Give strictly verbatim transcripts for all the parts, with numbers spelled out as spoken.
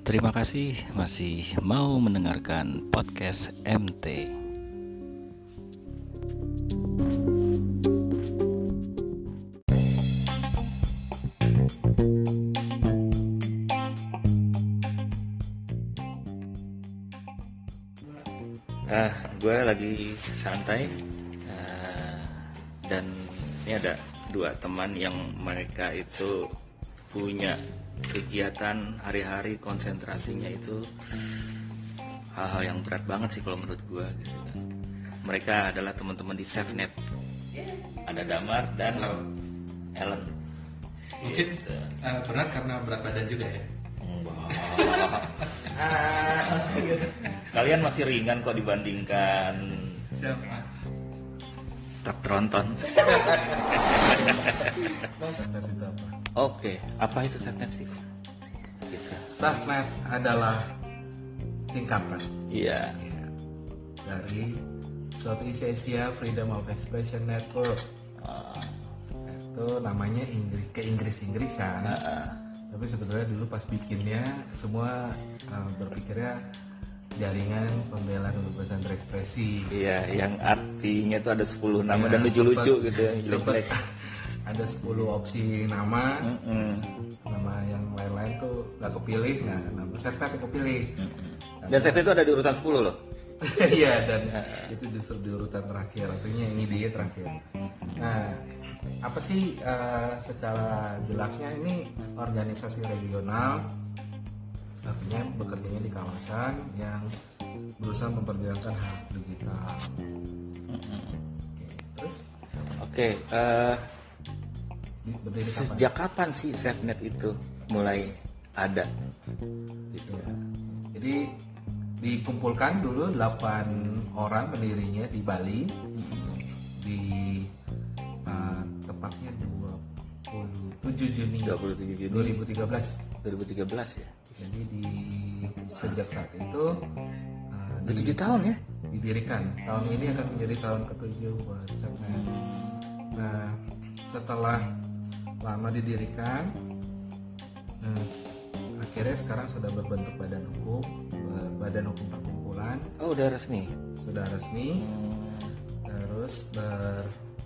Terima kasih masih mau mendengarkan podcast M T. Uh, gue lagi santai uh, dan ini ada dua teman yang mereka itu punya kegiatan hari-hari, konsentrasinya itu hal-hal yang berat banget sih kalau menurut gue gitu kan. Mereka adalah teman-teman di SafeNet. Ada Damar dan Halo. Ellen. Mungkin gitu. uh, berat karena berat badan juga ya. ah, Kalian masih ringan kok dibandingkan siapa? Truk tronton. Oke, apa itu SafeNet sih? Gitu. SafeNet adalah singkatan. Iya. Ya, dari Southeast Asia Freedom of Expression Network. Uh, itu namanya Inggris ke Inggris-Inggrisan. Uh, uh. Tapi sebetulnya dulu pas bikinnya semua uh, berpikirnya jaringan pembela kebebasan berekspresi. Iya, yang artinya itu ada sepuluh nama ya, dan lucu-lucu sempet, gitu ya. Sempet ada sepuluh opsi nama. Mm-mm. Nama yang lain-lain tuh gak kepilih. Nah, nama SafeNet yang kepilih. Mm-mm. Dan SafeNet itu ada di urutan sepuluh loh. Iya, dan uh. itu justru di urutan terakhir. Artinya ini dia terakhir. Nah, apa sih uh, secara jelasnya ini organisasi regional, artinya bekerjanya di kawasan yang berusaha memperjuangkan hak digital. Mm-hmm. Oke, terus? Oke, uh, berdiri kapan? Sejak kapan sih SafeNet itu mulai ada? Gitu ya. Jadi dikumpulkan dulu delapan orang pendirinya di Bali, di uh, tepatnya dua puluh tujuh Juni dua puluh tujuh Juni dua ribu tiga belas. dua ribu tiga belas ya. Jadi di sejak saat itu uh, Udah tujuh tahun ya didirikan. Tahun ini akan menjadi tahun ketujuh buat SafeNet. Nah, setelah lama didirikan, nah, akhirnya sekarang sudah berbentuk badan hukum, badan hukum perkumpulan. Oh, udah resmi. Sudah resmi. Hmm. Terus ber,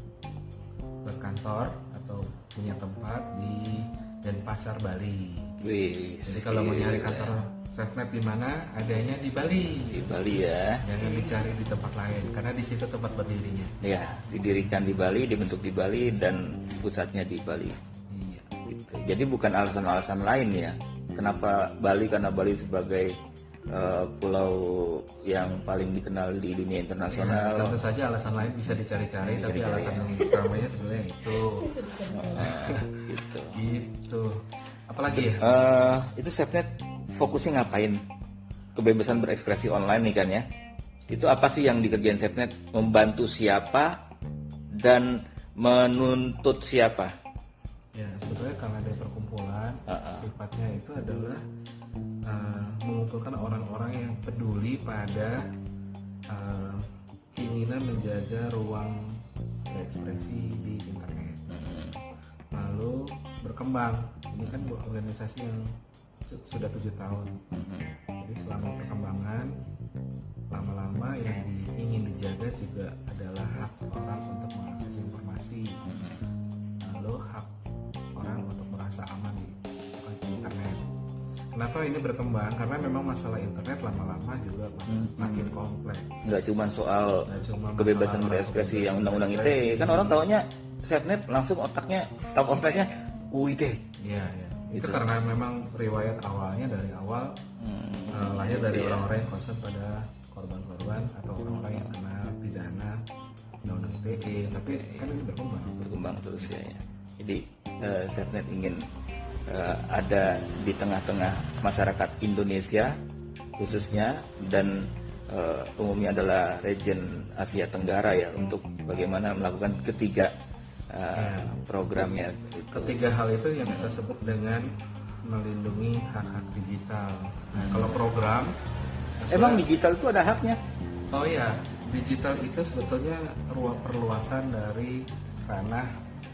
berkantor atau punya tempat di Denpasar, Bali. Wih, jadi kalau mau nyari kantor SafeNet di mana, adanya di Bali. Di Bali ya. Jangan dicari di tempat lain karena di situ tempat berdirinya. Ya, didirikan di Bali, dibentuk di Bali dan pusatnya di Bali. Iya. Gitu. Jadi bukan alasan-alasan lain ya. Kenapa Bali? Karena Bali sebagai uh, pulau yang paling dikenal di dunia internasional. Ya, tentu saja alasan lain bisa dicari-cari, ya, tapi alasan yang utamanya sebenarnya itu. Uh, gitu. Gitu. Apalagi ya? Uh, itu SafeNet fokusnya ngapain? Kebebasan berekspresi online nih kan ya. Itu apa sih yang dikerjain SafeNet? Membantu siapa dan menuntut siapa? Ya, sebetulnya karena ada perkumpulan, uh-uh. sifatnya itu adalah uh, mengumpulkan orang-orang yang peduli pada uh, keinginan menjaga ruang berekspresi di internet. Uh-huh. Lalu berkembang. Ini kan organisasi yang sudah tujuh tahun. Uh-huh. Jadi selama perkembangan, lama-lama yang di, ingin dijaga juga adalah hak orang untuk mengakses informasi. Uh-huh. Lalu hak orang untuk merasa aman di internet. Kenapa ini berkembang? Karena memang masalah internet lama-lama juga hmm. makin kompleks. Nggak cuma soal cuma kebebasan berekspresi yang undang-undang I T E. Kan orang taunya SafeNet langsung otaknya, top otaknya U I T E. Iya, iya. Itu gitu. Karena memang riwayat awalnya dari awal hmm. uh, lahir dari iya. orang-orang yang concern pada korban-korban atau orang-orang yang kena pidana undang-undang I T E. Tapi kan ini berkembang, berkembang terus ya. ya. Jadi uh, SafeNet ingin uh, ada di tengah-tengah masyarakat Indonesia khususnya dan uh, umumnya adalah region Asia Tenggara ya, untuk bagaimana melakukan ketiga uh, ya. programnya. Ketiga hal itu yang kita sebut dengan melindungi hak-hak digital. Nah, hmm. kalau program, emang digital itu ada haknya? Oh ya, digital itu sebetulnya ruang perluasan dari ranah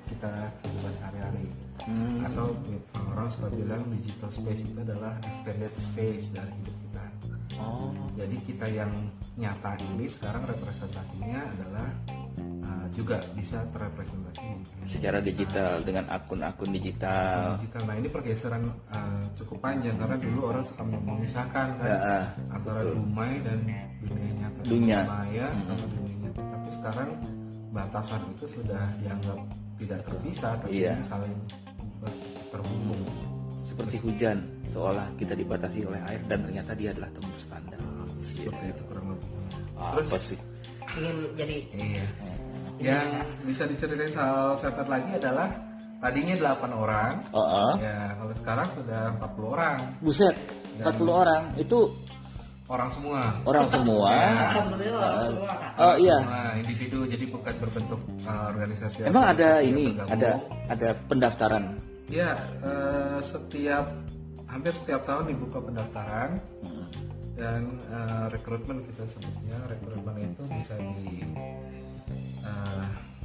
kita kehidupan sehari-hari. Hmm. Atau orang suka bilang digital space itu adalah extended space dari hidup kita. Oh. Jadi kita yang nyata ini sekarang representasinya adalah uh, juga bisa terrepresentasi secara digital, nah, dengan akun-akun digital. digital. Nah ini pergeseran uh, cukup panjang karena dulu orang suka memisahkan kan ya, uh, antara betul. Dumai dan dunia nyata, dunia maya hmm. sama dunia nyata. Tapi sekarang batasan itu sudah dianggap tidak terpisah, tapi iya. saling terhubung. Seperti terus, hujan, seolah kita dibatasi oleh air dan ternyata dia adalah tembus tanda. Seperti itu kurang lebih. Ah, terus apa sih? Ingin jadi iya. Yang bisa diceritain soal Sepnet lagi adalah tadinya delapan orang. Uh-uh. Ya, kalau sekarang sudah empat puluh orang. Buset, dan empat puluh orang itu orang semua. Orang semua. Ya. Alhamdulillah orang uh, semua. Kak. Oh iya. Semua individu, jadi bukan berbentuk uh, organisasi. Emang ada ini, ada ada pendaftaran. Ya, uh, setiap hampir setiap tahun dibuka pendaftaran. Hmm. Dan uh, rekrutmen kita sebutnya, rekrutmen itu bisa di uh,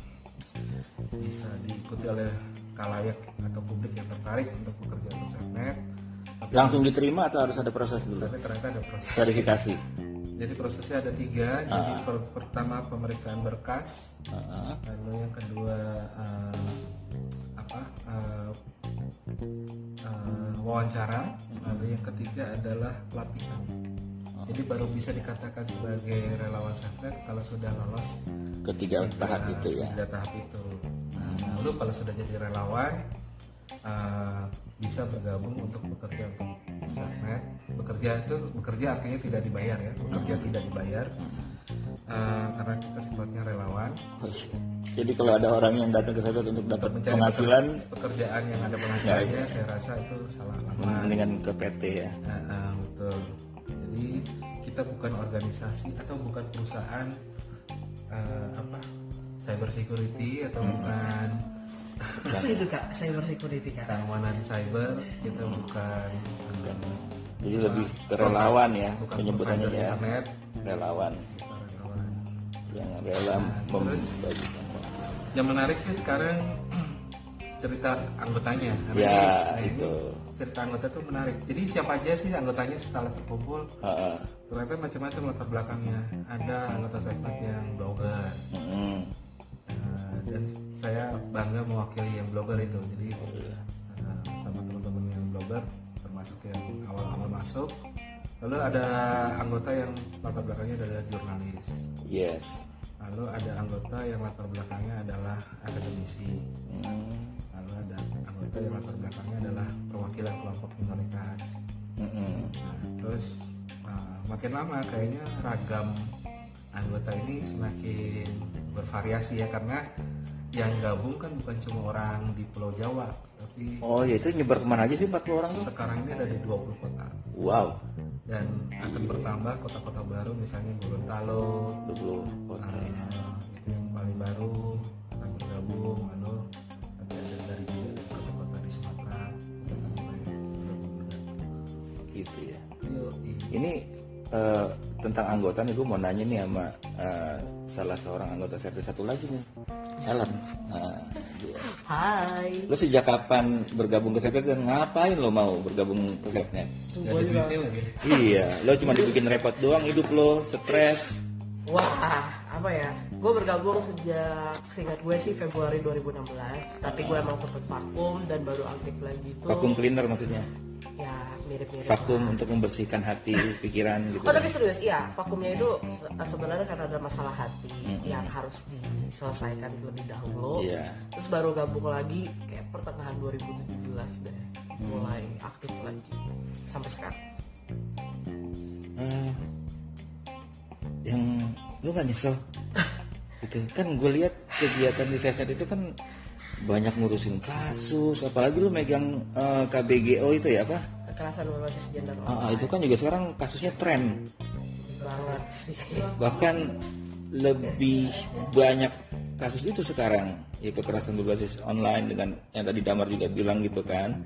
bisa diikuti oleh kalayak atau publik yang tertarik untuk bekerja untuk Sepnet. Langsung diterima atau harus ada proses dulu? Tapi ternyata ada proses verifikasi. Jadi prosesnya ada tiga. Uh-huh. Jadi per, pertama pemeriksaan berkas, uh-huh. lalu yang kedua uh, apa uh, uh, wawancara, uh-huh. lalu yang ketiga adalah pelatihan. Uh-huh. Jadi baru bisa dikatakan sebagai relawan Sepnet kalau sudah lolos ketiga tahap itu ya. Ketiga tahap itu. Nah, lalu kalau sudah jadi relawan, uh, bisa bergabung untuk bekerja untuk Sepnet. Bekerja itu bekerja artinya tidak dibayar ya, bekerja tidak dibayar uh, karena kita sifatnya relawan. Jadi kalau ada orang yang datang ke Sepnet untuk dapat penghasilan, pekerjaan yang ada penghasilannya, ya, saya rasa itu salah alamat. Mendingan ke P T ya. Uh, uh, betul. Jadi kita bukan organisasi atau bukan perusahaan uh, apa cyber security atau hmm. bukan. Apa itu Kak, cyber security Kak? Keamanan cyber, kita bukan, bukan. Jadi lebih ke relawan ya, penyebutannya ya, internet. Relawan. relawan. Yang rela nah, membagikan. Yang menarik sih sekarang cerita anggotanya. Ya, nah, itu. Ini cerita anggota tuh menarik. Jadi siapa aja sih anggotanya setelah terkumpul? Uh-uh. Ternyata macam-macam latar belakangnya. Ada anggota Sepnet yang blogger. Uh-uh. Uh, dan saya bangga mewakili yang blogger itu. Jadi uh, sama teman-teman yang blogger, termasuk yang awal-awal masuk. Lalu ada anggota yang latar belakangnya adalah jurnalis. Yes. Lalu ada anggota yang latar belakangnya adalah akademisi. Hmm. Lalu ada anggota yang latar belakangnya adalah perwakilan kelompok minoritas. Hmm. Nah, terus uh, makin lama kayaknya ragam anggota ini semakin bervariasi ya, karena yang gabung kan bukan cuma orang di Pulau Jawa, tapi oh ya, itu nyebar kemana aja sih empat puluh orang tuh? Sekarang ini ada di dua puluh kota. Wow. Dan akan bertambah kota-kota baru, misalnya Gorontalo, dua puluh kota. Uh, itu yang paling baru akan bergabung. Lalu nanti ada dari juga kota-kota di Sumatera. Gitu ya. Yoi. Ini uh, tentang anggota nih, gue mau nanya nih sama uh, salah seorang anggota Sepnet satu lagi nih, Helen. Nah, hai. Lo sejak kapan bergabung ke Sepnet dan ngapain lo mau bergabung ke Sepnet? Jadi lagi. Iya, lo cuma dibikin repot doang hidup lo, stres. Wah, apa ya? Gue bergabung sejak, seingat gue sih Februari dua ribu enam belas. Tapi gue emang sempet vakum dan baru aktif lagi tuh. Vakum cleaner maksudnya? Ya, mirip-mirip. Vakum lah. Untuk membersihkan hati, pikiran gitu. Oh, tapi serius, iya. Vakumnya itu sebenarnya karena ada masalah hati mm-hmm. yang harus diselesaikan terlebih dahulu. Yeah. Terus baru gabung lagi kayak pertengahan dua ribu tujuh belas deh. Mulai mm. aktif lagi sampai sekarang. Uh, yang lu nggak nyesel? Gitu. Kan gue lihat kegiatan di Sepnet itu kan banyak ngurusin kasus, apalagi lu megang uh, K B G O itu ya apa? Kekerasan berbasis gender. Ah, itu kan juga sekarang kasusnya tren banget sih. Bahkan lebih banyak kasus itu sekarang ya, kekerasan berbasis online dengan yang tadi Damar juga bilang gitu kan.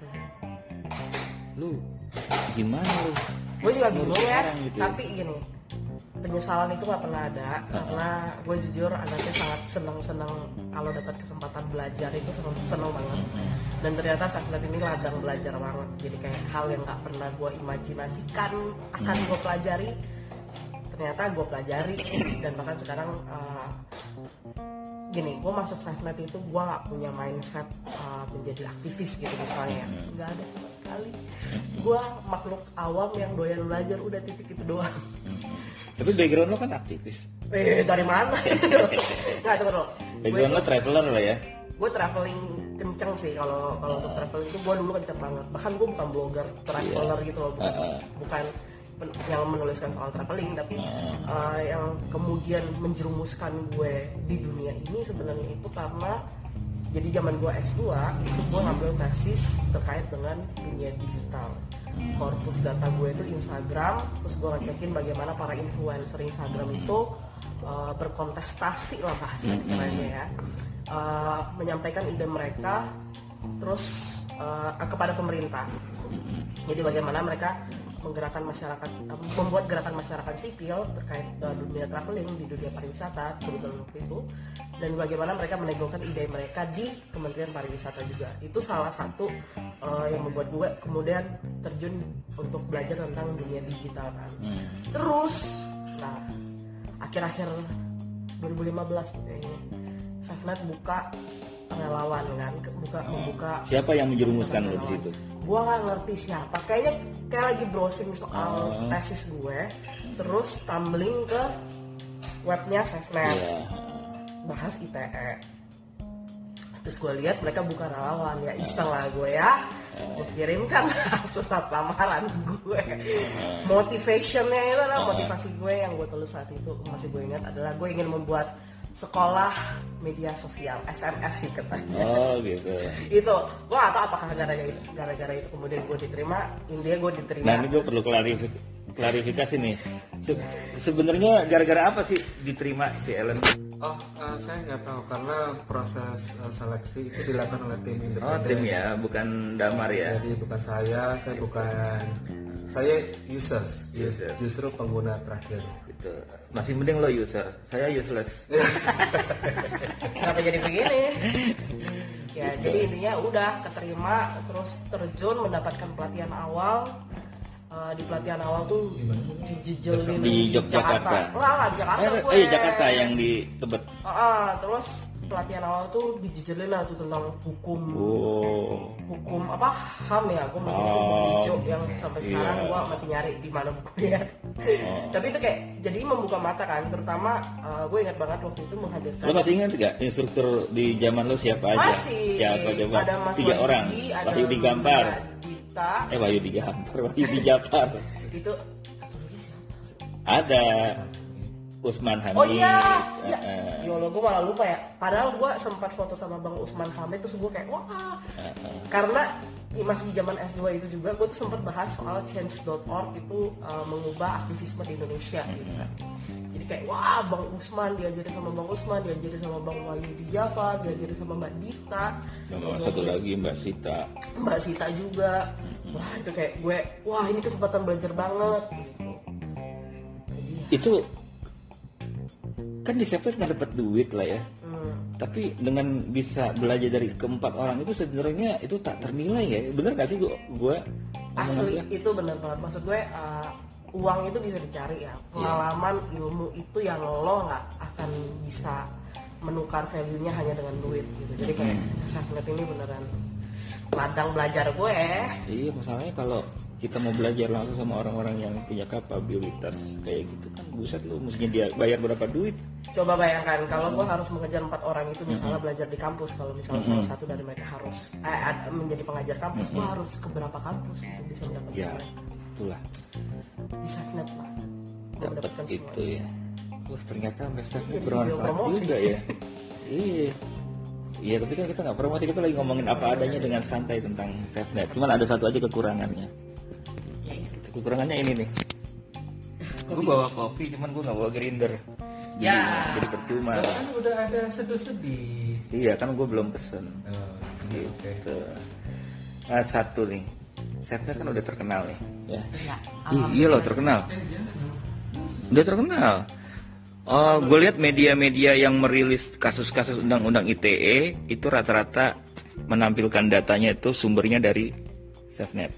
Lu gimana lu? Gue juga bingung ya, gitu. Tapi gini, penyesalan itu nggak pernah ada, uh-huh. karena gue jujur anaknya sangat senang-senang kalau dapat kesempatan belajar itu senang, senang banget. Uh-huh. Dan ternyata Safenet ini ladang belajar banget, jadi kayak hal yang nggak pernah gue imajinasikan akan uh-huh. gue pelajari, ternyata gue pelajari. Dan bahkan sekarang uh, gini, gue masuk Safenet itu gue nggak punya mindset uh, menjadi aktivis gitu misalnya, nggak ada sama sekali. Gue makhluk awam yang doyan belajar, udah titik itu doang. Tapi background lo kan aktivis. Eh dari mana? Nggak, tunggu dulu. Background lo traveler lah ya. Gue traveling kenceng sih, kalau kalau untuk traveling itu gue dulu kenceng banget. Bahkan gue bukan blogger traveler gitu loh, bukan, uh-uh. bukan yang menuliskan soal traveling, tapi uh-uh. uh, yang kemudian menjerumuskan gue di dunia ini sebenarnya itu karena jadi zaman gue S dua itu gue ngambil tesis terkait dengan dunia digital. Korpus data gue itu Instagram, terus gue ngecekin bagaimana para influencer Instagram itu uh, berkontestasi lah bahasa kerennya ya, uh, menyampaikan ide mereka terus uh, kepada pemerintah. Jadi bagaimana mereka menggerakkan masyarakat, membuat gerakan masyarakat sipil terkait uh, dunia traveling, di dunia pariwisata kebetulan waktu itu, dan bagaimana mereka menegokan ide mereka di Kementerian Pariwisata juga. Itu salah satu uh, yang membuat gue kemudian terjun untuk belajar tentang dunia digital kan. Hmm. Terus, nah akhir-akhir dua ribu lima belas tuh kayaknya Safenet buka relawan kan, buka oh. membuka. Siapa yang menjerumuskan lo di situ? Gue nggak ngerti siapa. Kayaknya kayak lagi browsing soal oh. tesis gue, terus tumbling ke webnya Safenet. Yeah. Bahas I T E. Terus gue lihat mereka buka relawan, ya iseng lah gue ya, gue kirimkan surat lamaran gue. Motivationnya itu adalah motivasi gue yang gue tulis saat itu, masih gue ingat, adalah gue ingin membuat sekolah media sosial, S M S sih katanya. Oh gitu. Itu gue gak tau apakah gara-gara itu, gara-gara itu kemudian gue diterima, intinya gue diterima. Nah ini gue perlu klarifikasi, klarifikasi nih. Se- sebenarnya gara-gara apa sih diterima si Ellen? Oh, uh, saya nggak tahu karena proses uh, seleksi itu dilakukan oleh tim independen. Oh, tim ya, bukan Damar ya. Jadi bukan saya, saya bukan, saya users, users. justru pengguna terakhir. Gitu. Masih mending lo user, saya useless. Kenapa jadi begini? Ya, jadi intinya udah keterima, terus terjun mendapatkan pelatihan awal. Uh, di pelatihan awal tuh dijejelin di Yogyakarta. Enggak, enggak, di Jakarta eh, gue. Eh, Jakarta yang di Tebet. Uh, uh, terus pelatihan awal tuh dijejelin lah tuh tentang hukum. Oh. Hukum apa? H A M ya, gue masih ingat buku hijau yang sampai iya. sekarang gue masih nyari di mana bukunya. Oh. Tapi itu kayak jadi membuka mata kan, terutama uh, gue ingat banget waktu itu menghadirkan. Lo masih ingat nggak instruktur di zaman lo siapa aja? Masih. Siapa coba? Ada Mas Tiga Wahyu, orang. ada Wahyu Digampar. Dita. Eh Wahyu Digampar, Wahyu Digampar. Itu satu lagi siapa? Ada Usman Hamid. Oh iya, iya. Uh, ya Allah, gue malah lupa ya. Padahal gue sempat foto sama Bang Usman Hamid, terus gue kayak wah. Uh, uh. Karena masih zaman S dua itu juga, gue tuh sempat bahas soal change dot org itu uh, mengubah aktivisme di Indonesia gitu kan. Jadi kayak wah, Bang Usman diajari sama Bang Usman, diajari sama Bang Wahyu Dijafa, diajari sama Mbak Dita. Yang satu lagi Mbak Sita. Mbak Sita juga. Wah itu kayak gue, wah ini kesempatan belajar banget. Gitu. Itu kan di Safenet nggak dapat duit lah ya. Hmm. Tapi dengan bisa belajar dari keempat orang itu sebenarnya itu tak ternilai ya. Bener nggak sih gue? gue Asli itu bener banget. Maksud gue. Uh, uang itu bisa dicari ya, pengalaman yeah. ilmu itu yang lo nggak akan bisa menukar value-nya hanya dengan duit gitu. Jadi kayak mm. Safenet ini beneran ladang belajar gue. Iya, masalahnya kalau kita mau belajar langsung sama orang-orang yang punya kapabilitas kayak gitu kan, buset lo mestinya dia bayar berapa duit. Coba bayangkan kalau gue harus mengejar empat orang itu misalnya mm-hmm. belajar di kampus, kalau misalnya mm-hmm. salah satu dari mereka harus eh, menjadi pengajar kampus, mm-hmm. gue harus ke berapa kampus untuk bisa mendapatkan yeah. Itulah di Safenet lah dapat itu ya. Wah ternyata Safenet bermanfaat juga ya. Iya. Iya tapi kan kita nggak promosi, kita lagi ngomongin apa adanya dengan santai tentang Safenet. Cuman ada satu aja kekurangannya. Kekurangannya ini nih. Gue bawa kopi, cuman gue nggak bawa grinder. Ya. Jadi percuma. Kan udah ada seduh-sedih. Iya kan gue belum pesen. Oh, gitu. Nah, satu nih. Safenet kan udah terkenal nih. Ya. Ya, iya loh terkenal. Udah terkenal. Oh, gue lihat media-media yang merilis kasus-kasus undang-undang I T E itu rata-rata menampilkan datanya itu sumbernya dari SafeNet.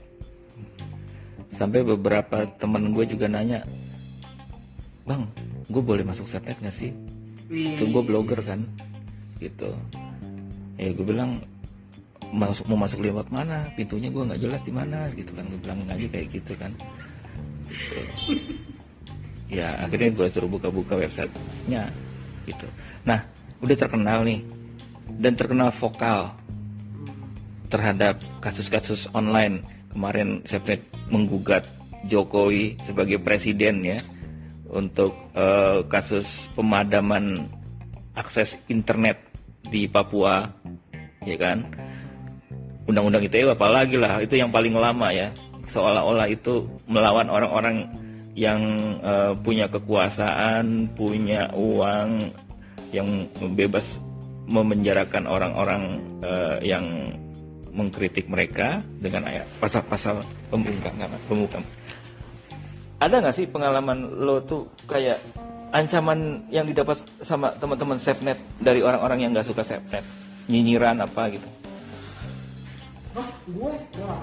Sampai beberapa temen gue juga nanya, bang, gue boleh masuk SafeNet nggak sih? Itu gue blogger kan, gitu. Ya gue bilang masuk mau masuk lewat mana? Pintunya gue nggak jelas di mana, gitu kan. Gue bilang aja kayak gitu kan. Gitu. Ya akhirnya gue suruh buka-buka websitenya gitu. Nah udah terkenal nih dan terkenal vokal terhadap kasus-kasus online. Kemarin SafeNet menggugat Jokowi sebagai presiden ya untuk uh, kasus pemadaman akses internet di Papua, ya kan. Undang-undang I T E apalagi lah, itu yang paling lama ya, seolah-olah itu melawan orang-orang yang uh, punya kekuasaan, punya uang, yang bebas memenjarakan orang-orang uh, yang mengkritik mereka dengan ayat pasal-pasal pembungkaman. Pembungkaman. Ada nggak sih pengalaman lo tuh kayak ancaman yang didapat sama teman-teman SafeNet dari orang-orang yang nggak suka SafeNet, nyinyiran apa gitu? Oh, gue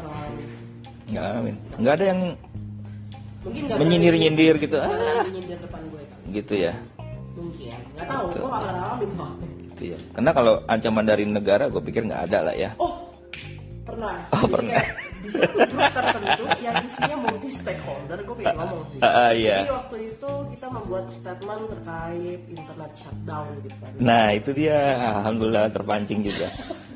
nggak amin, nggak ada yang menyindir-nyindir gitu, ah, menyindir depan gue kan. Gitu ya. Mungkin, nggak tahu, gue nggak pernah ngalamin soalnya. Gitu ya. Karena kalau ancaman dari negara, gue pikir nggak ada lah ya. Oh, pernah. Oh Jadi pernah. Di satu grup tertentu yang isinya multi stakeholder, gue pengen ngomong sih. Uh, uh, iya. Jadi waktu itu kita membuat statement terkait internet shutdown gitu kan. Nah itu dia, alhamdulillah terpancing juga.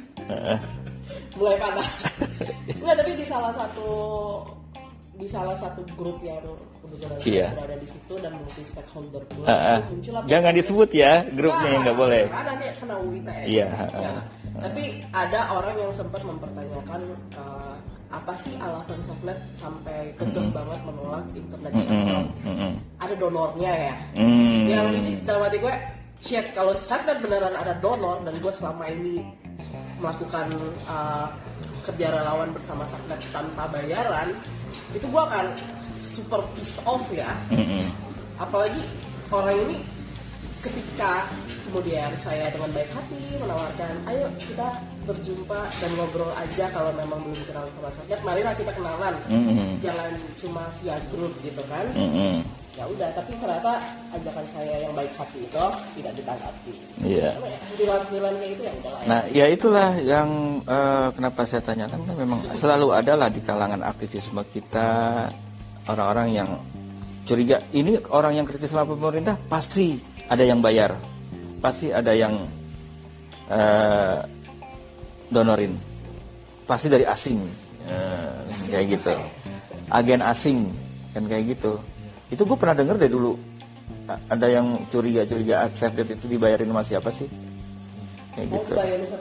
Mulai panas. Nggak, tapi di salah satu di salah satu grup yang kebetulan iya. berada di situ dan multi stakeholder pula, uh, uh. muncul apa? Jangan disebut ya grupnya, yang nggak boleh. Ada nih kena U I T E. Iya. Ya. Uh, uh. Tapi ada orang yang sempat mempertanyakan uh, apa sih alasan SafeNet sampai kekeh mm-hmm. banget menolak internet shutdown. Mm-hmm. Ada donornya ya. Mm-hmm. Yang which is dalam hati gue, shit, kalau SafeNet beneran ada donor dan gue selama ini melakukan uh, kerja relawan bersama SafeNet tanpa bayaran, itu gue akan super piss off ya. Mm-hmm. Apalagi orang ini ketika kemudian saya dengan baik hati menawarkan, ayo kita berjumpa dan ngobrol aja kalau memang belum kenal sama SafeNet, marilah kita kenalan, mm-hmm. jangan cuma via grup gitu kan. Mm-hmm. Ya udah, tapi ternyata ajakan saya yang baik hati itu tidak ditanggapi. Iya. Sentilan-sentilan kayak itu ya udahlah. Ya. Nah, ya itulah yang uh, kenapa saya tanyakan, kan memang selalu ada lah di kalangan aktivisme kita orang-orang yang curiga. Ini orang yang kritis sama pemerintah pasti ada yang bayar, pasti ada yang uh, donorin, pasti dari asing, uh, kayak gitu, agen asing kan kayak gitu. Itu gue pernah denger dari dulu ada yang curiga-curiga SafeNet itu dibayarin sama siapa sih? Kayak gitu.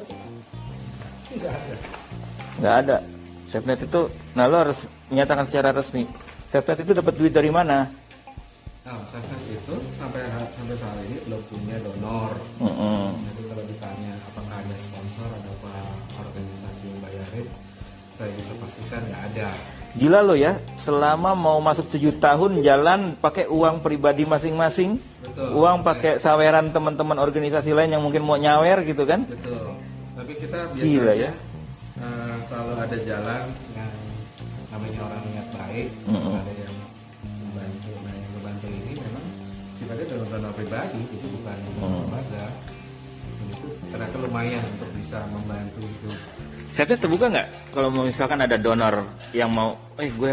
Nggak ada. Nggak ada. SafeNet itu, nah lo harus menyatakan secara resmi. SafeNet itu dapat duit dari mana? Nah, SafeNet itu sampai sampai saat ini belum punya donor. Mm-hmm. Jadi kalau ditanya apakah ada sponsor, ada apa organisasi yang bayarin, saya bisa pastikan nggak ada. Gila lo ya, selama mau masuk tujuh tahun jalan pakai uang pribadi masing-masing. Betul. Uang pakai saweran teman-teman organisasi lain yang mungkin mau nyawer gitu kan. Betul. Tapi kita biasanya Gila ya. Uh, selalu ada jalan yang namanya orang niat baik, mm-hmm. ada yang membantu. Nah yang membantu ini memang sifatnya donor-donor pribadi, itu bukan lembaga. Mm-hmm. Itu ternyata lumayan untuk bisa membantu itu. SafeNet terbuka nggak kalau misalkan ada donor yang mau, eh gue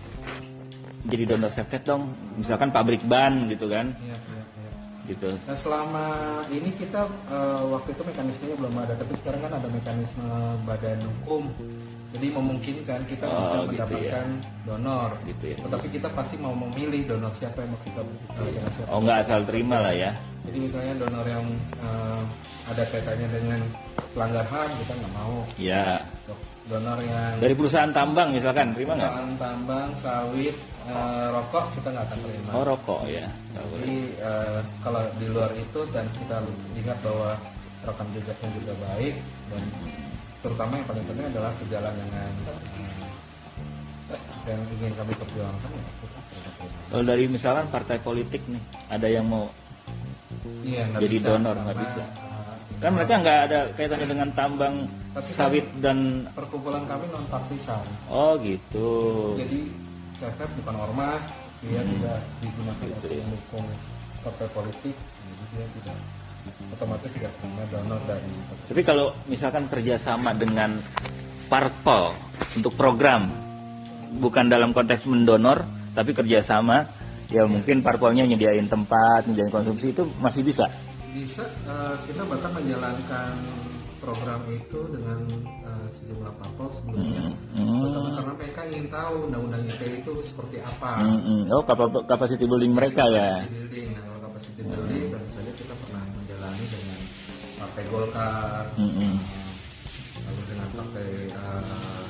jadi donor SafeNet dong, misalkan pabrik ban gitu kan? Iya, iya, iya. Gitu. Nah selama ini kita uh, waktu itu mekanismenya belum ada, tapi sekarang kan ada mekanisme badan hukum, jadi memungkinkan kita oh, bisa gitu mendapatkan ya. donor. Gitu ya. Tetapi kita pasti mau memilih donor siapa yang mau kita uh, siapa. Oh nggak asal terima lah ya? Jadi misalnya donor yang uh, ada kaitannya dengan pelanggar H A M kita nggak mau. Iya. Donor yang dari perusahaan tambang misalkan terima nggak? Perusahaan gak? tambang, sawit, uh, rokok kita nggak akan terima. Oh rokok ya. Jadi uh, kalau di luar itu dan kita ingat bahwa rekam jejaknya juga baik dan terutama yang paling penting adalah sejalan dengan yang ingin kami perjuangkan ya kita terima. Kalau dari misalkan partai politik nih, ada yang mau iya, jadi bisa, donor nggak bisa? Kan mereka nggak ada kaitannya dengan tambang Tapi sawit kan dan perkumpulan kami non partisan. oh gitu. Jadi C F F bukan ormas, dia Hmm. tidak digunakan Gitu untuk ya. mendukung partai politik, jadi dia tidak otomatis tidak punya donor dari. Tapi kalau misalkan kerjasama dengan parpol untuk program, bukan dalam konteks mendonor, tapi kerjasama, ya mungkin parpolnya nyediain tempat, nyediain konsumsi itu masih bisa. Bisa eh, kita bahkan menjalankan program itu dengan eh, sejumlah parpol sebelumnya, Hmm. terutama karena mereka ingin tahu undang-undang I T E itu seperti apa. Mm-mm. Oh, kapa- capacity building mereka ya. Capacity building. Nah, kalau capacity building tentu saja kita pernah menjalani dengan partai Golkar, Mm-mm. lalu dengan partai eh,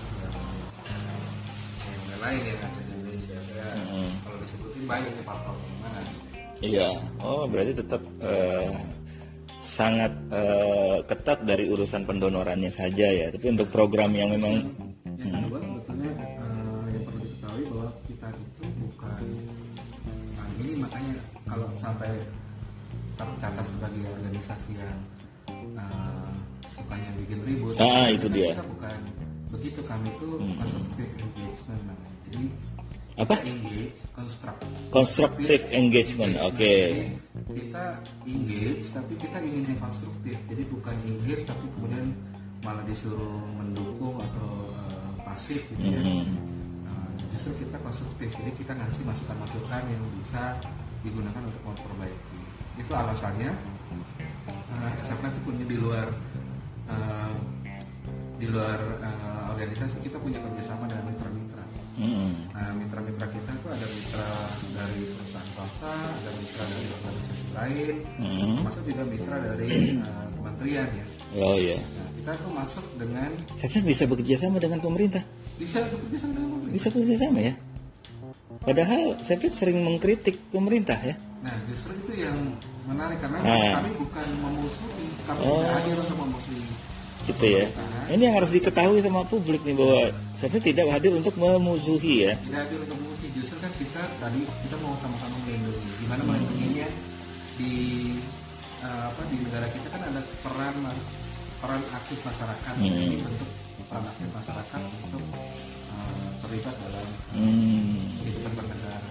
yang, yang lain yang ada di Indonesia. Saya Mm-mm. kalau disebutin baik di parpol mana. Iya. Oh, berarti tetap eh, sangat eh, ketat dari urusan pendonorannya saja ya. Tapi untuk program yang memang Yang kedua sebetulnya eh, yang perlu diketahui bahwa kita itu bukan, nah ini makanya kalau sampai tercatat sebagai organisasi yang eh, sukanya bikin ribut, Ah, ternyata itu dia. kita bukan begitu, kami itu constructive engagement namanya. Jadi Apa? kita engage, construct, Constructive engagement, oke. Jadi kita engage tapi kita ingin yang konstruktif, jadi bukan engage tapi kemudian malah disuruh mendukung atau uh, pasif gitu ya. Mhm. Uh, justru kita konstruktif, jadi kita ngasih masukan-masukan yang bisa digunakan untuk memperbaiki. Itu alasannya uh, S F N itu punya di luar uh, di luar uh, organisasi, kita punya kerjasama dengan mitra-mitra. Mm-mm. Nah, mitra-mitra kita itu ada mitra dari perusahaan swasta, ada mitra dari organisasi lain, Mhm. termasuk juga mitra dari uh, kementerian ya. Oh iya. Nah, kita tuh masuk dengan Saya bisa bekerja sama dengan pemerintah. bisa bekerja sama dengan pemerintah. Bisa bekerja sama ya. Padahal saya sering mengkritik pemerintah ya. Nah, justru itu yang menarik karena Nah. kami bukan memusuhi, kami Oh. tidak hadir untuk memusuhi. Gitu ya. Ini yang harus diketahui sama publik nih bahwa saya tidak hadir untuk memusuhi ya. Tidak hadir untuk memusuhi, justru kan kita tadi kita mau sama-sama melindungi. Gimana melindunginya di uh, apa di negara kita kan ada peran peran aktif masyarakat. Hmm. Jadi bentuk peran aktif masyarakat untuk uh, terlibat dalam Hmm. kehidupan bernegara.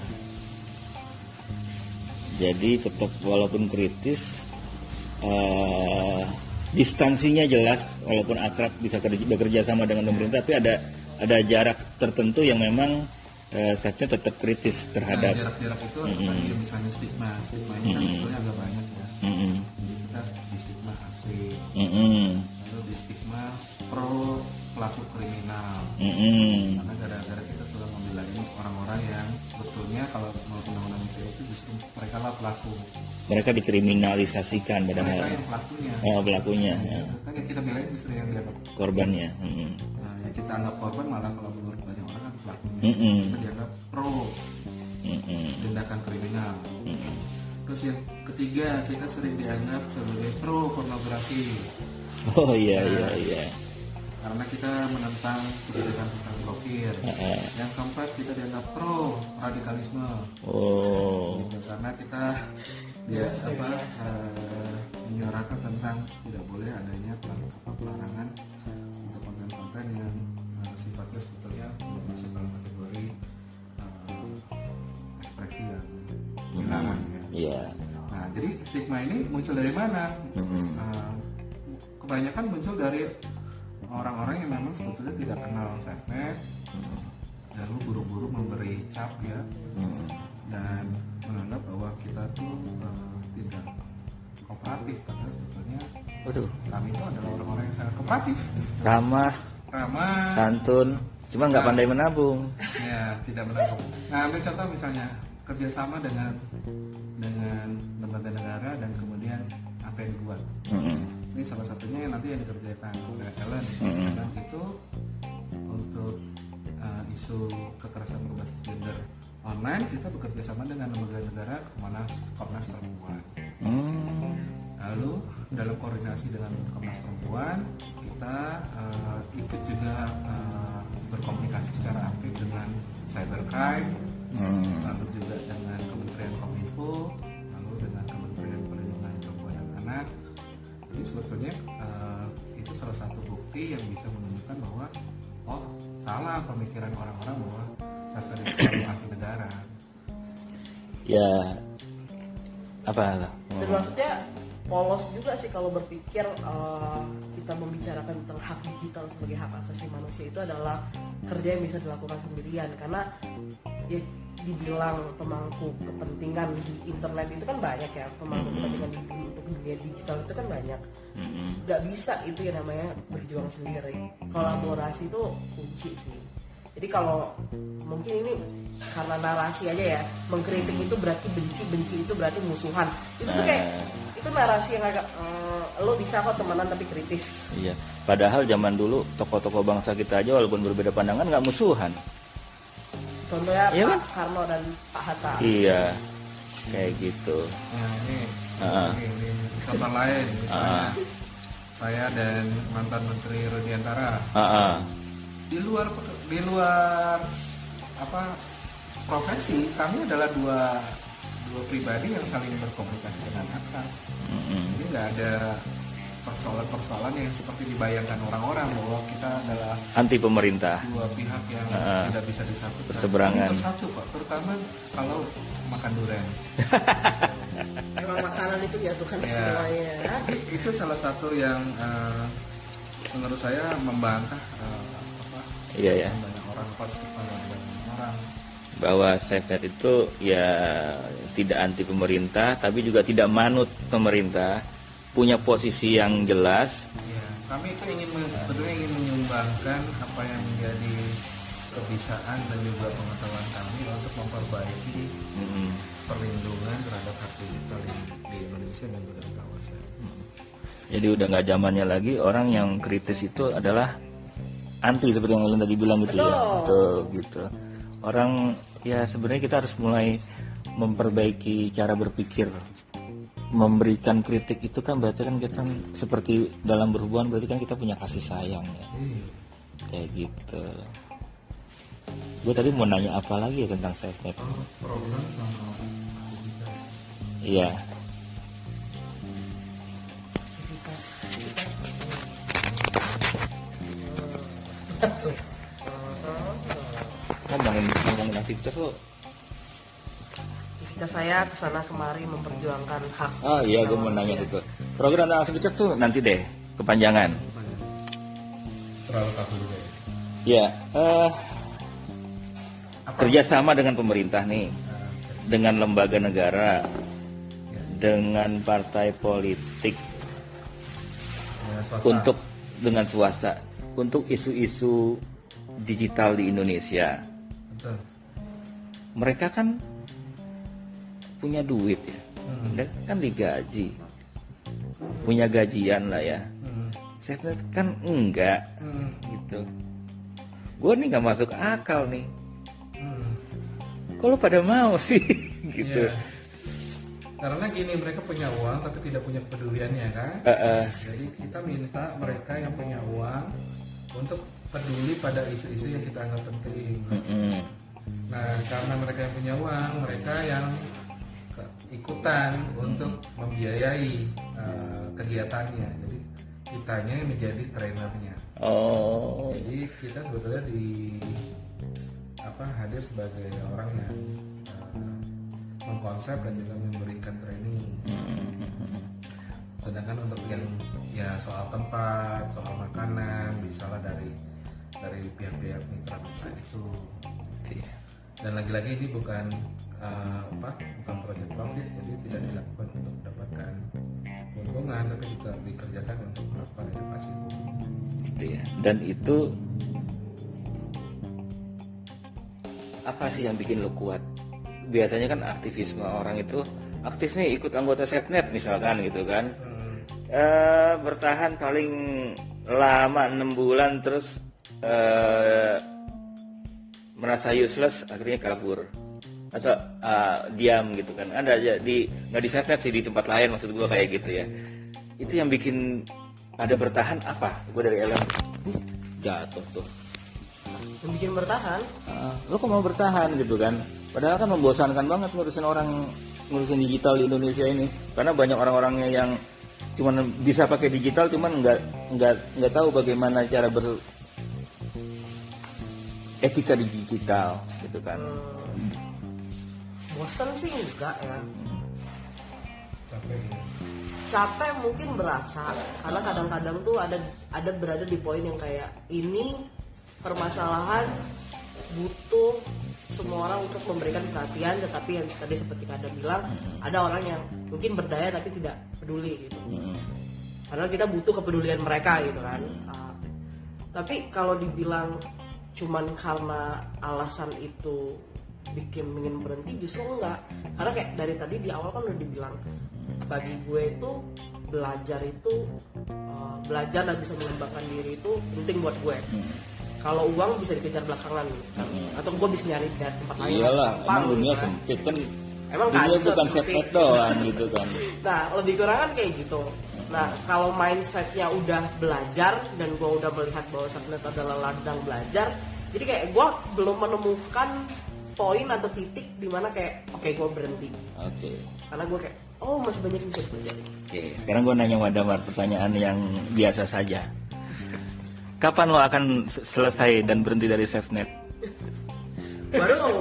Jadi tetap walaupun kritis, eh, distansinya jelas, walaupun akrab bisa kerja, bekerja sama dengan pemerintah, tapi ada ada jarak tertentu yang memang eh, saya tetap kritis Nah, terhadap. jarak-jarak itu mm Mm-mm. misalnya stigma, stigma ini kan Mm-mm. sebetulnya agak banyak ya. Mm-mm. Jadi kita di stigma asing, Mm-mm. lalu di stigma pro pelaku kriminal. Mm-mm. Karena gara-gara kita sudah membela ini orang-orang yang sebetulnya kalau menurut undang-undang I T E itu justru mereka lah pelaku, Mereka dikriminalisasikan mereka padahal yang pelakunya. oh, pelakunya, ya. Kan yang kita belain justru yang dianggap, korbannya. Mm-mm. nah, yang kita anggap korban malah kalau menurut banyak orang kan pelakunya. Mm-mm. Kita dianggap pro Mm-mm. tindakan kriminal. Mm-mm. Terus yang ketiga kita sering dianggap sebagai pro pornografi. Oh iya iya iya. Karena kita menentang kebijakan tentang blokir. Uh-uh. Yang keempat kita dianggap pro radikalisme. Oh. Gitu, karena kita dia apa eh, menyuarakan tentang tidak boleh adanya pelang- apa, pelarangan untuk konten-konten yang eh, sifatnya sebetulnya belum masuk dalam kategori eh, ekspresi yang dilarang ya. Iya. Nah, jadi stigma ini muncul dari mana? Mhm. Eh, kebanyakan muncul dari orang-orang yang memang sebetulnya tidak kenal safenet, lalu buru-buru memberi cap ya, Mm. dan menganggap bahwa kita tuh eh, tidak kooperatif, padahal sebetulnya Waduh. kami itu adalah orang-orang yang sangat kooperatif, Ramah, ramah, santun, cuma nggak pandai menabung. ya tidak menangkap. Nah, ambil contoh misalnya kerjasama dengan dengan lembaga negara dan kemudian apa yang dibuat. Mm-mm. Ini salah satunya yang nanti yang dikerjakan oleh Ellen Mm-mm. dan itu untuk uh, isu kekerasan berbasis gender online kita bekerja sama dengan lembaga negara Komnas Komnas Perempuan. Mm. Lalu dalam koordinasi dengan Komnas Perempuan kita uh, ikut juga uh, berkomunikasi secara aktif dengan cybercrime hmm. lalu juga dengan Kementerian Kominfo, lalu dengan Kementerian Perlindungan Perempuan dan Anak. Jadi sebetulnya uh, itu salah satu bukti yang bisa menunjukkan bahwa oh salah pemikiran orang-orang bahwa Safenet itu selalu anti negara. Ya apa lah? Dan maksudnya polos juga sih kalau berpikir uh, kita membicarakan tentang hak digital sebagai hak asasi manusia itu adalah kerja yang bisa dilakukan sendirian, karena ya dibilang pemangku kepentingan di internet itu kan banyak ya, pemangku kepentingan di, untuk dunia digital itu kan banyak. Gak bisa itu yang namanya berjuang sendiri. Kolaborasi itu kunci sih. Jadi kalau mungkin ini karena narasi aja ya, mengkritik itu berarti benci, benci itu berarti musuhan. Itu tuh kayak itu narasi yang agak um, lo bisa kok temenan tapi kritis. Iya. Padahal zaman dulu tokoh-tokoh bangsa kita aja walaupun berbeda pandangan nggak musuhan. Contohnya iya, Pak kan? Karno dan Pak Hatta. Iya. Kayak gitu. Nah ini, uh-uh. ini, ini contoh lain misalnya uh-uh. saya dan mantan Menteri Rudiantara. Uh-uh. Di luar di luar apa profesi kami adalah dua dua pribadi yang saling berkomunikasi dengan akrab. Mm-hmm. Jadi nggak ada persoalan-persoalan yang seperti dibayangkan orang-orang bahwa kita adalah anti pemerintah, dua pihak yang uh, tidak bisa disatukan. Berseberangan. Bersatu Pak, terutama kalau makan durian. Emang makanan itu jatuhkan ya, semuanya. Itu salah satu yang uh, menurut saya membantah uh, apa? Iya ya. Banyak orang pasti banyak orang bahwa Safenet itu ya tidak anti pemerintah tapi juga tidak manut pemerintah, punya posisi yang jelas. Ya, kami itu ingin sebetulnya ingin menyumbangkan apa yang menjadi kebisaan dan juga pengetahuan kami untuk memperbaiki hmm. perlindungan terhadap hak digital di, di Indonesia dan juga di kawasan. Hmm. Jadi udah nggak zamannya lagi orang yang kritis itu adalah anti seperti yang Ellen tadi bilang gitu. Betul. Ya. Betul gitu. Orang ya sebenarnya kita harus mulai memperbaiki cara berpikir. Memberikan kritik itu kan berarti kan kita kan seperti dalam berhubungan berarti kan kita punya kasih sayang ya. Hmm. Kayak gitu. Gue tadi mau nanya apa lagi ya tentang Safenet? Oh, program sama iya. Ngomongin ngomongin aktivitas lo. Aktivitas saya kesana kemari memperjuangkan hak. Oh iya, gue mau nanya itu. Program aktivitas tuh nanti deh kepanjangan. Terlalu kaku juga ya. Iya. Uh, kerjasama dengan pemerintah nih, dengan lembaga negara, ya. Dengan partai politik, ya, untuk dengan swasta, untuk isu-isu digital di Indonesia. Betul. Mereka kan punya duit ya, hmm. mereka kan digaji, punya gajian lah ya. Hmm. Saya kan enggak, hmm. gitu. Gue nih nggak masuk akal nih. Hmm. Kok lo pada mau sih, gitu? Ya. Karena gini, mereka punya uang tapi tidak punya kepeduliannya kan. Uh, uh. Jadi kita minta mereka yang punya uang untuk peduli pada isu-isu yang kita anggap penting. Mm-hmm. Nah, karena mereka yang punya uang, mereka yang ikutan mm-hmm. untuk membiayai uh, kegiatannya. Jadi kitanya yang menjadi trainernya. Oh. Jadi kita sebetulnya di apa hadir sebagai orang yang uh, mengkonsep dan juga memberikan training. Mm-hmm. Sedangkan untuk yang ya soal tempat, soal makanan, bisalah dari dari pihak-pihak mitra-mitra itu. Iya. Dan lagi-lagi ini bukan uh, apa, bukan project profit, jadi tidak dilakukan untuk mendapatkan keuntungan, tapi juga dikerjakan untuk melakukan edukasi publik. Gitu ya. Dan itu apa sih yang bikin lo kuat? Biasanya kan aktivisme orang itu aktif nih ikut anggota Safenet misalkan gitu kan. Hmm. E, bertahan paling lama enam bulan terus e, merasa useless akhirnya kabur atau uh, diam gitu kan. Ada aja di nggak di Safenet sih, di tempat lain maksud gue kayak gitu ya. Itu yang bikin ada bertahan apa? Gue dari Ellen jatuh tuh. Yang bikin bertahan? Uh, lo kok mau bertahan gitu kan? Padahal kan membosankan banget ngurusin orang, ngurusin digital di Indonesia ini. Karena banyak orang-orangnya yang cuman bisa pakai digital, cuman nggak nggak nggak tahu bagaimana cara ber etika di digital, gitu kan. Hmm. Bosan sih enggak ya. Capek. Capek mungkin berasa, karena kadang-kadang tuh ada ada berada di poin yang kayak ini permasalahan butuh semua orang untuk memberikan perhatian, tetapi yang tadi seperti Kada bilang, ada orang yang mungkin berdaya tapi tidak peduli gitu. Padahal kita butuh kepedulian mereka gitu kan. Uh, tapi kalau dibilang cuman karena alasan itu bikin ingin berhenti, justru enggak. Karena kayak dari tadi di awal kan udah dibilang, bagi gue itu belajar itu uh, belajar dan bisa mengembangkan diri itu penting buat gue. Kalau uang bisa dikejar belakangan kan? hmm. Atau gue bisa nyari dari tempat lain. Iyalah, emang dunia kan? Sempit kan. Emang dunia bukan sempit doang gitu kan. Nah, lebih kurang kan kayak gitu. Nah, kalau mindsetnya udah belajar dan gue udah melihat bahwa Safenet adalah ladang belajar, jadi kayak gue belum menemukan poin atau titik di mana kayak oke okay, gue berhenti. Oke. Okay. Karena gue kayak oh masih banyak yang bisa dipelajari. Oke. Okay. Sekarang gue nanya Wadamar pertanyaan yang biasa saja. Kapan lo akan selesai dan berhenti dari Safenet? Baru.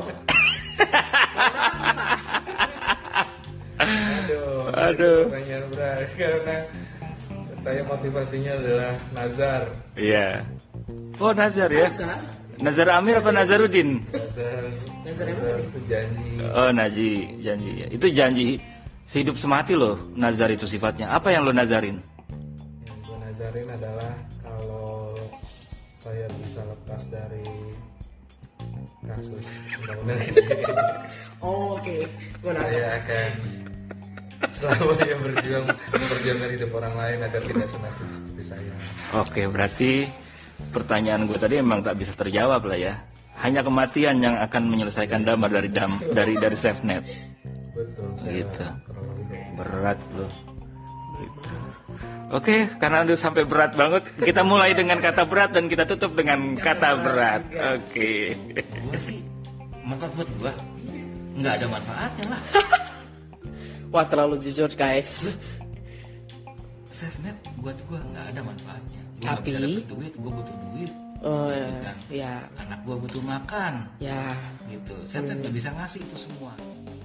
Aduh. Aduh. Pertanyaan berat karena saya motivasinya adalah Nazar. Iya. Oh Nazar ya. Nazar. Nazar Amir apa Nazarudin? Nazar. Nazar Nazar itu janji. Oh Naji, janji. Itu janji sehidup semati loh. Nazar itu sifatnya. Apa yang lo nazarin? Yang gue nazarin adalah kalau saya bisa lepas dari kasus undang-undang ini, oh oke. Okay. saya akan selamanya berjuang memperjuangkan hidup orang lain agar tidak senasib seperti saya. Oke, berarti pertanyaan gue tadi emang tak bisa terjawab lah ya. Hanya kematian yang akan menyelesaikan Damar dari dam dari dari Safenet. Betul. Gitu. Berat loh. Gitu. Oke, karena udah sampai berat banget, kita mulai dengan kata berat dan kita tutup dengan kata berat. Oke. Gue sih manfaat buat gue nggak ada manfaatnya lah. Wah terlalu jujur guys. Safenet buat gue nggak ada manfaatnya. Gue Tapi bisa dapet duit, gue butuh duit. Oh gitu kan. ya. Anak gue butuh makan. Ya. Gitu. Safenet nggak bisa ngasih itu semua.